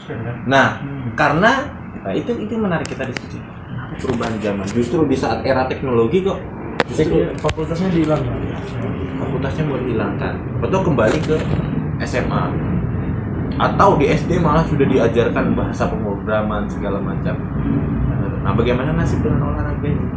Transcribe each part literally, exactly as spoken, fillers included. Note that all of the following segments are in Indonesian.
Nah, karena nah itu itu menarik kita diskusi. Perubahan zaman justru di saat era teknologi kok justru fakultasnya dihilangkan. Fakultasnya mau dihilangkan. Atau kembali ke S M A. Atau di S D malah sudah diajarkan bahasa pemrograman segala macam. Nah, bagaimana nasib dengan olahraga ini?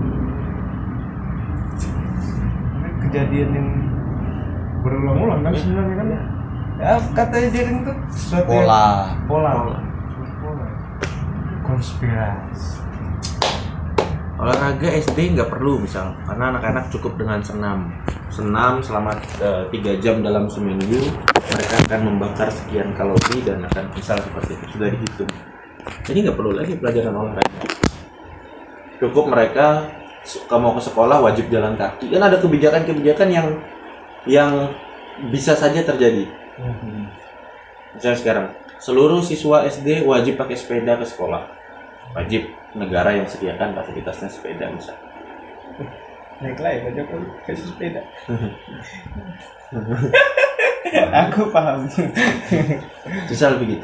Kejadian yang berulang-ulang kan sebenarnya kan. Ya katanya jaring tuh sesuatu pola. Pola. Pola. Pola. Konspirasi. Olahraga S D nggak perlu misal, karena anak-anak cukup dengan senam. Senam selama tiga jam dalam seminggu, mereka akan membakar sekian kalori dan akan misal seperti itu sudah dihitung. Jadi nggak perlu lagi pelajaran olahraga. Cukup mereka mau ke sekolah wajib jalan kaki. Kan ada kebijakan-kebijakan yang yang bisa saja terjadi. Hmm. Misalnya sekarang seluruh siswa S D wajib pakai sepeda ke sekolah. Wajib, negara yang sediakan fasilitasnya sepeda misalnya. Naik lah ya Pak Jokowi kasih sepeda. Aku paham. Misal begitu.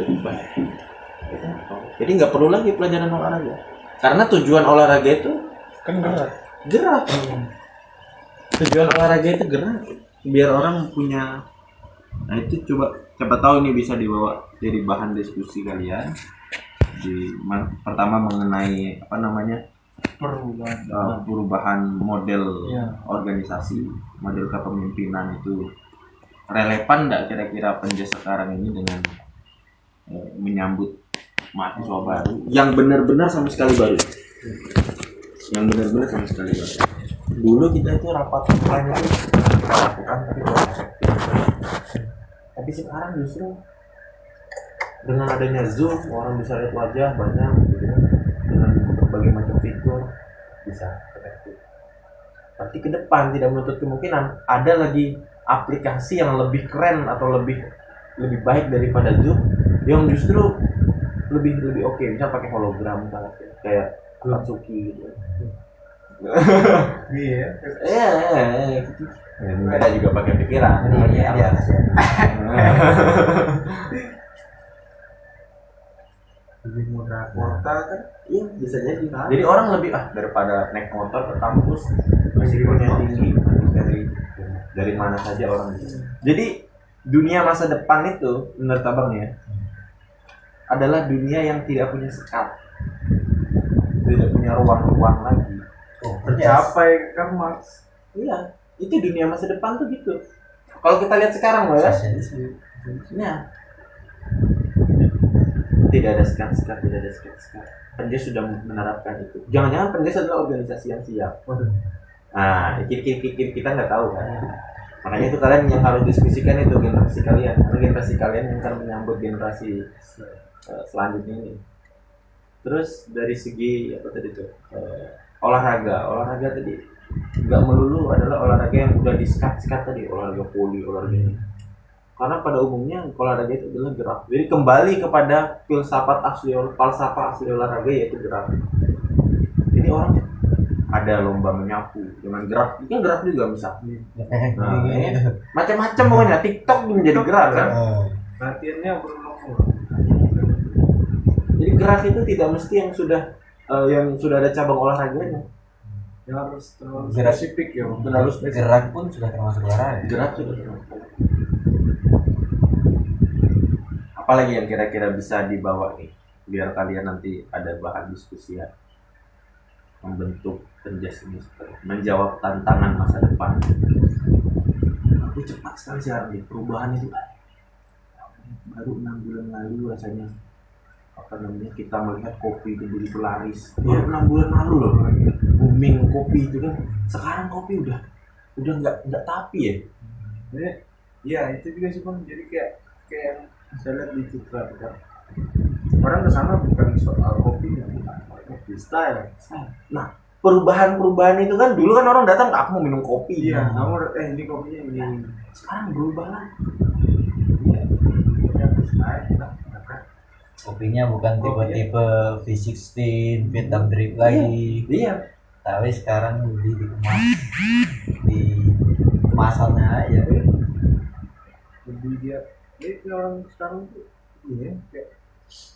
Jadi nggak perlu lagi pelajaran olahraga. Karena tujuan olahraga itu kan gerak. Gerak. Tujuan olahraga itu gerak. Biar orang punya. Nah itu coba coba tahu ini bisa dibawa jadi bahan diskusi kalian. Di pertama mengenai apa namanya perubahan uh, perubahan model ya. Organisasi, model kepemimpinan itu relevan nggak kira-kira penjas sekarang ini dengan uh, menyambut mahasiswa oh. baru yang benar-benar sama sekali baru, yang benar-benar sama sekali baru. Dulu kita itu rapat offline itu lakukan tapi kurang efektif, tapi sekarang justru dengan adanya Zoom orang bisa lihat wajah banyak gitu ya, dengan berbagai macam fitur bisa efektif. Tapi ke depan tidak menutup kemungkinan ada lagi aplikasi yang lebih keren atau lebih lebih baik daripada Zoom yang justru lebih lebih oke, okay. Misal pakai hologram kayak Katsuki gitu. Iya. Iya, gitu. Ada juga pakai pikiran. Iya, iya. Lebih mudah kuota kan? Iya bisa jadi. Nah, jadi orang lebih ah daripada naik motor ke kampus risikonya tinggi dari dari mana saja orang bisa. Jadi dunia masa depan itu menurut abang ya adalah dunia yang tidak punya sekat, tidak punya ruang-ruang lagi. Oh, tercapai kan Mas? Iya, itu dunia masa depan tuh gitu. Kalau kita lihat sekarang loh ya, ya. Tidak ada sekat-sekat, tidak ada sekat-sekat. Penjas sudah menerapkan itu. Jangan-jangan Penjas adalah organisasi yang siap. Nah, kita nggak tahu kan. Makanya itu kalian yang harus diskusikan itu generasi kalian. Karena generasi kalian yang akan menyambut generasi uh, selanjutnya ini. Terus dari segi apa tadi tuh uh, olahraga, olahraga tadi nggak melulu adalah olahraga yang udah di-sekat-sekat tadi, olahraga poli, olahraga ini. Karena pada umumnya olahraga itu adalah gerak. Jadi kembali kepada filsafat asli, falsafah asli olahraga yaitu gerak. Jadi orang ada lomba menyapu dengan gerak, itu gerak juga misalnya. Nah, ya, macam-macam pokoknya. TikTok menjadi gerak kan. Latihannya berulang-ulang. Jadi gerak itu tidak mesti yang sudah uh, yang sudah ada cabang olahraganya. Yang harus terlalu spesifik ya. Terlalu gerak pun sudah termasuk olahraga. Gerak sudah termasuk. Apalagi yang kira-kira bisa dibawa nih biar kalian nanti ada bahan diskusi ya, membentuk Penjas ini menjawab tantangan masa depan. Aku cepat sekali sekarang nih perubahan itu baru enam bulan lalu rasanya apa namanya kita melihat kopi itu begitu laris baru enam bulan lalu loh booming kopi itu kan. Sekarang kopi udah udah nggak nggak tapi ya. Ya itu juga sih Bang, jadi kayak kayak saya lihat di Citra kan orang kesana bukan soal kopinya, kopi style. Nah perubahan-perubahan itu kan dulu kan orang datang aku mau minum kopi. Iya. Kamu eh ini kopinya ini. Sekarang berubah lah. Ya style lah. Kopinya bukan tipe-tipe V enam belas Vietnam drip lagi. Iya. Tapi sekarang lebih dikemas di kemasannya aja. Lebih dia, ini orang sekarang tuh ini kayak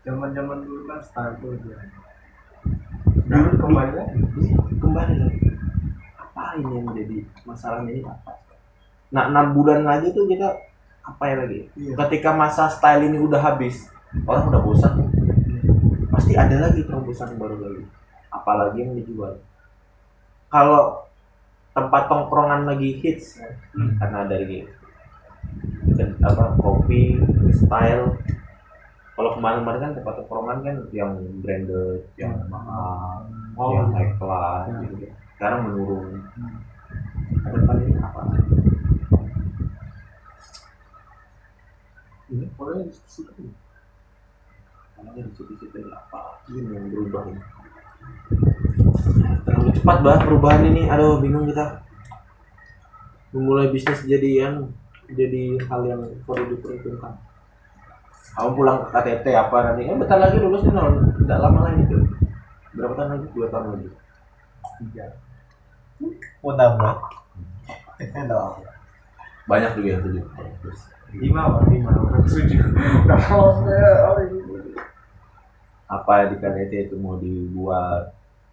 Zaman-zaman dulu kan style tuh dia. Nah, kembali lagi. Kembali lagi. Apa ini yang jadi masalahnya ini apa? Nah, enam bulan lagi tuh kita apa ya lagi? Iya. Ketika masa style ini udah habis, orang udah bosan. Pasti ada lagi terobosan baru lagi. Apalagi yang dijual. Kalau tempat tongkrongan lagi hits, hmm. karena dari dan apa kopi style. Kalau kemarin-kemarin kan tempat tongkrongan kan yang branded, yang mahal, oh, yang high class, ya. Gitu. Sekarang menurun. Hmm. Ada depan ini apa? Ini boleh diskusi. Namanya diskusi apa? Ini yang berubah ini. Terlalu cepat bah perubahan ini. Aduh, bingung kita. Memulai bisnis jadi yang jadi hal yang perlu diperhitungkan. Kamu pulang ke K T T apa nanti? Eh bentar lagi lulus nih, tidak lama lagi tuh. Berapa tahun lagi? Dua tahun lagi. Tiga. Mau nambah? Banyak juga yang tujuh. Lima apa? Lima orang tujuh. Apa di K T T itu mau dibuat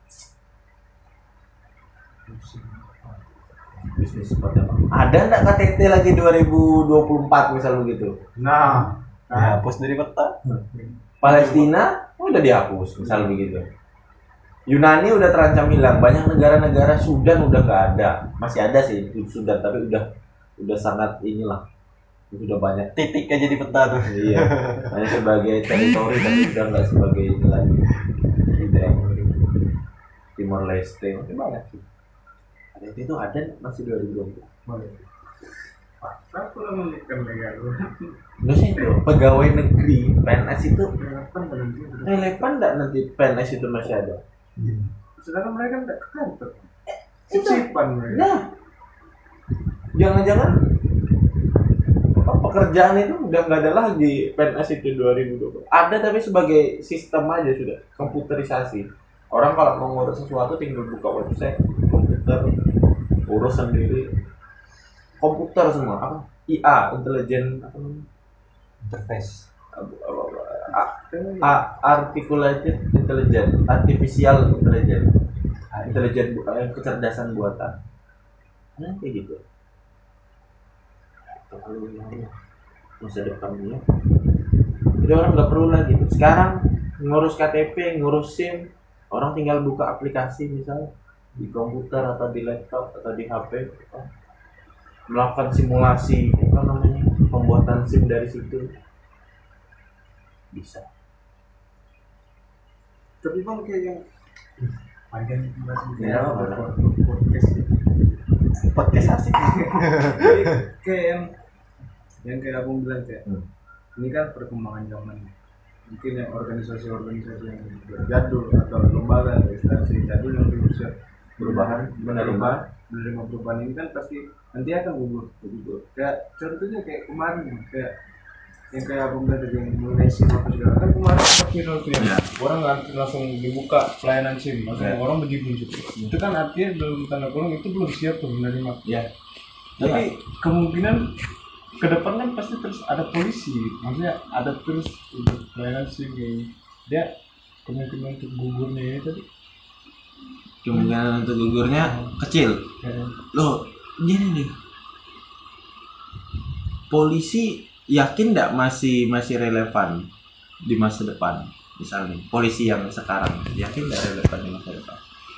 bisnis seperti apa? Ada nggak K T T lagi dua ribu dua puluh empat misal begitu? Nah. Dihapus dari peta. Palestina udah dihapus misal begitu. Yunani udah terancam hilang. Banyak negara-negara, Sudan udah nggak ada. Masih ada sih Sudan, tapi udah udah sangat inilah. Sudah banyak titik aja di peta tuh. Iya. Hanya sebagai teritori tapi udah nggak sebagai ini lagi. Timor Leste masih banyak sih. Ada itu ada masih dua ribu dua puluh. Aku memiliki negara. Nggak sih itu pegawai negeri P N S itu relevan nggak nanti P N S itu masih ada? Sedangkan mereka nggak ke kantor. Sip-sipan mereka. Nah, jangan-jangan pekerjaan itu udah nggak ada lagi P N S itu dua ribu dua puluh. Ada tapi sebagai sistem aja sudah komputerisasi. Orang kalau mau ngurus sesuatu tinggal buka website komputer urus sendiri. Komputer semua apa? I A, intelijen apa namanya? Interface. Articulated intelligence, artificial intelligence, intelijen kecerdasan buatan. Nah, kayak gitu. Terlalu masa depannya. Jadi orang nggak perlu lagi. Sekarang ngurus K T P, ngurus SIM, orang tinggal buka aplikasi misalnya di komputer atau di laptop atau di H P. Melakukan simulasi apa namanya pembuatan SIM dari situ bisa. Tapi bang kayak yang panjang masih ya, podcast podcast asik. Kayak yang yang kayak abang bilang kayak hmm. ini kan perkembangan zaman. Mungkin yang organisasi-organisasi yang jadul atau lembaga atau instansi jadul yang belum siap perubahan menerima menerima perubahan ini kan pasti nanti akan gugur begitu. Kayak contohnya kayak kemarin kayak yang kayak abang bilang tadi yang mengenai SIM apa segala kan kemarin sempat viral tuh ya. Orang langsung dibuka pelayanan SIM langsung ya. Orang begitu hmm. Itu kan artinya dalam tanda kurung itu belum siap tuh menerima ya. Tapi kemungkinan ke depan kan pasti terus ada polisi, maksudnya ada terus untuk pelayanan SIM ini. Dia kemungkinan untuk gugurnya ini tadi kemungkinan untuk gugurnya hmm. kecil ya. Loh gini nih, polisi yakin nggak masih masih relevan di masa depan? Misalnya polisi yang sekarang yakin nggak relevan di masa depan?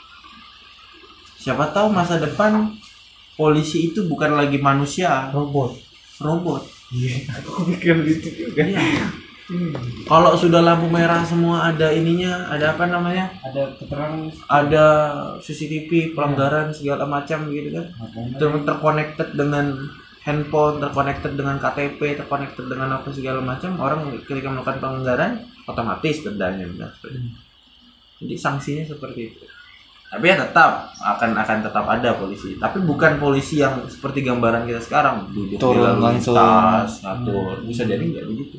Siapa tahu masa depan polisi itu bukan lagi manusia, robot robot. Iya, aku pikir gitu juga. Iya. Hmm. Kalau sudah lampu merah semua ada ininya, ada apa namanya? Ada keterangan, ada C C T V pelanggaran segala macam gitu kan. Terus terconnected dengan handphone, terconnected dengan K T P, terconnected dengan apa segala macam. Orang ketika melakukan pelanggaran otomatis dendanya benar. Hmm. Jadi sanksinya seperti itu. Tapi ya tetap akan akan tetap ada polisi, tapi bukan polisi yang seperti gambaran kita sekarang duduk turun di lalu langsung lintas, ngatur. Hmm. Bisa jadi nggak begitu.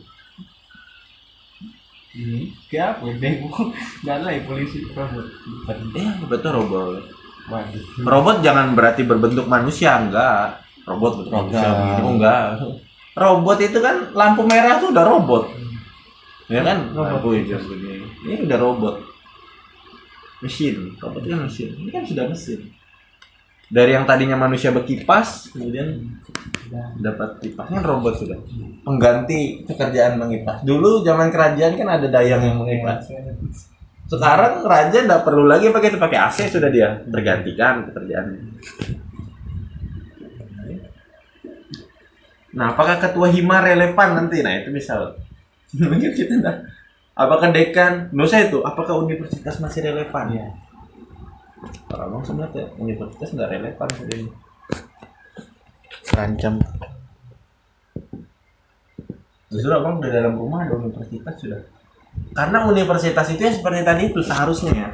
Hmm. Kayak apa? Bego. Nggak ada ya polisi robot. Eh betul robot. Waduh. Robot jangan berarti berbentuk manusia, enggak. Robot bentuk manusia begini, oh enggak. Robot itu kan lampu merah tuh udah robot. Ya kan? Robot. Lampu hijau begini. Ini udah robot. Mesin. Robot kan mesin. Ini kan sudah mesin. Dari yang tadinya manusia berkipas, kemudian dapat kipasnya robot sudah. Pengganti pekerjaan mengipas. Dulu zaman kerajaan kan ada dayang yang mengipas. Sekarang raja tidak perlu lagi pakai itu, pakai A C sudah dia tergantikan pekerjaannya. Nah, apakah ketua hima relevan nanti? Nah, itu misal. Mungkin kita enggak. Apakah dekan? Menurut saya itu, apakah universitas masih relevan? Ya. Kalau sebenarnya universitas nggak relevan sudah ini. Terancam. Justru abang udah dalam rumah ada universitas sudah. Karena universitas itu yang seperti tadi itu seharusnya ya.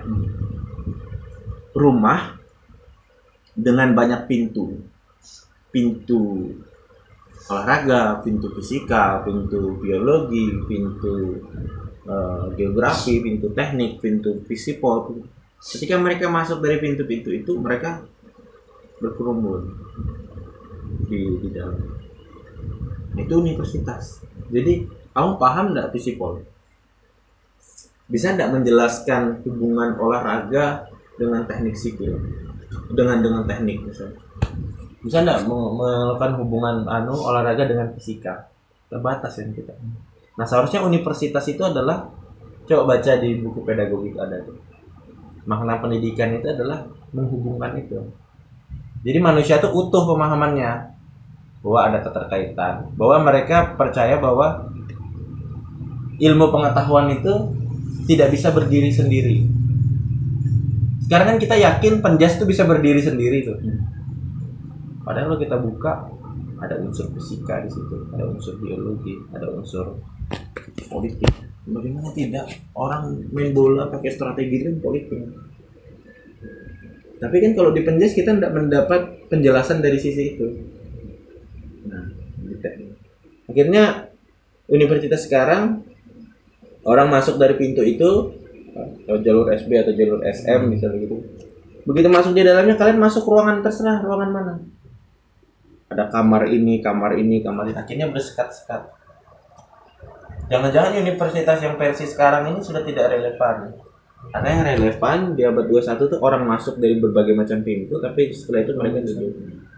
Rumah dengan banyak pintu. Pintu olahraga, pintu fisika, pintu biologi, pintu uh, geografi, pintu teknik, pintu fisipol. Ketika mereka masuk dari pintu-pintu itu, mereka berkerumun di, di dalam. Itu universitas. Jadi, kamu paham nggak fisipol? Bisa nggak menjelaskan hubungan olahraga dengan teknik sipil? Dengan dengan teknik misalnya. Bisa nggak melakukan hubungan anu olahraga dengan fisika? Terbatas kan kita. Nah, seharusnya universitas itu adalah, coba baca di buku pedagogik ada tuh. Makna pendidikan itu adalah menghubungkan itu. Jadi manusia itu utuh pemahamannya bahwa ada keterkaitan, bahwa mereka percaya bahwa ilmu pengetahuan itu tidak bisa berdiri sendiri. Sekarang kan kita yakin penjas itu bisa berdiri sendiri tuh. Padahal kalau kita buka ada unsur fisika di situ, ada unsur biologi, ada unsur politik. Bagaimana tidak? Orang main bola pakai strategi itu politik. Tapi kan kalau di penjas kita tidak mendapat penjelasan dari sisi itu. Nah, gitu. Akhirnya universitas sekarang orang masuk dari pintu itu, atau jalur S B atau jalur S M misalnya gitu. Begitu masuk di dalamnya, kalian masuk ruangan terserah, ruangan mana? Ada kamar ini, kamar ini, kamar ini. Akhirnya bersekat-sekat. Jangan-jangan universitas yang versi sekarang ini sudah tidak relevan. Karena yang relevan di abad dua puluh satu tuh orang masuk dari berbagai macam pintu, tapi setelah itu mereka duduk.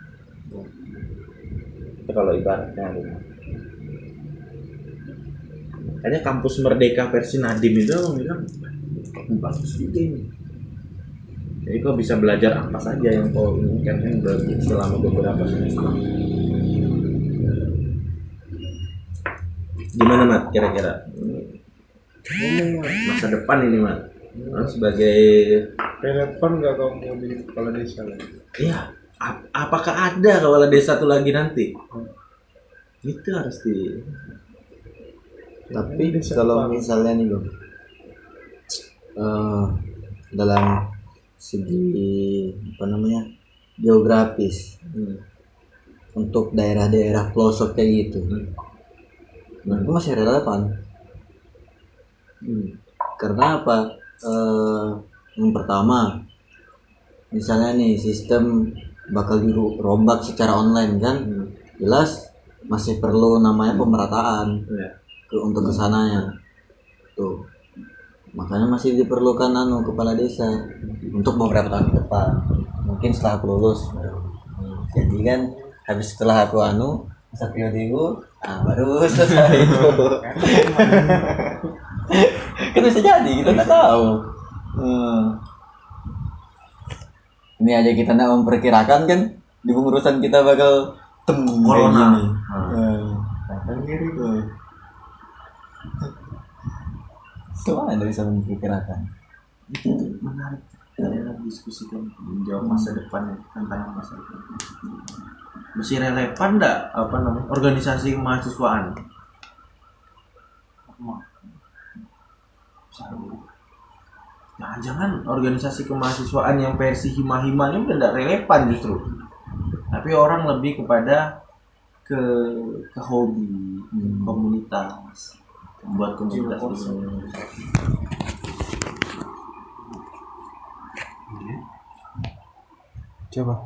Itu kalau ibaratnya. Kayaknya kampus Merdeka versi Nadiem itu orang bilang bagus juga ini. Jadi kau bisa belajar apa saja yang kau inginkan selama beberapa semester. Gimana Mat kira-kira? Masa depan ini Mat. Nah, sebagai relevan nggak kau mau jadi kepala desa lagi? Iya. Ap- apakah ada kepala desa tuh lagi nanti? Hmm. Itu harus di. Tapi kalau misalnya nih bang, uh, dalam segi apa namanya geografis, hmm. untuk daerah-daerah pelosok kayak gitu, hmm. menurutku masih relevan. Hmm. Karena apa? Uh, yang pertama, misalnya nih sistem bakal dirombak secara online kan, hmm. jelas masih perlu namanya pemerataan. Hmm. Ke, untuk kesananya tuh, makanya masih diperlukan anu kepala desa untuk beberapa tahun ke depan. Mungkin setelah aku lulus baru. Jadi kan habis setelah aku anu masa periodegu, ah baru selesai itu. Kan bisa jadi kita nggak tahu. Hmm. Ini aja kita nggak memperkirakan kan di pengurusan kita bakal tem corona. Kan gitu tuh. Semua ada bisa memperkirakan. Itu menarik. Kita diskusikan menjawab masa depan, tantangan masa depan. Masih relevan enggak apa namanya organisasi kemahasiswaan? Jangan-jangan organisasi kemahasiswaan yang versi hima-hima ini udah enggak relevan justru. Tapi orang lebih kepada ke ke hobi, hmm. komunitas. Membuat komunitas itu. Coba.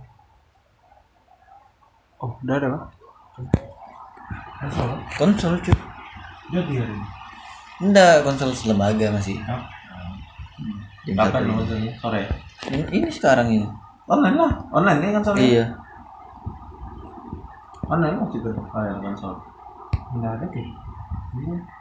Oh, udah ada, Pak. Konsol, konsol cuy. Jadi hari ini. Enggak, konsol lembaga masih. Oh. Jam Kapan satu lo ini. konsolnya? Sore. Ini, ini sekarang ini. Online lah, online nih konsolnya. Iya. Online lah gitu, kayak konsol. Nggak ada kayak. Iya.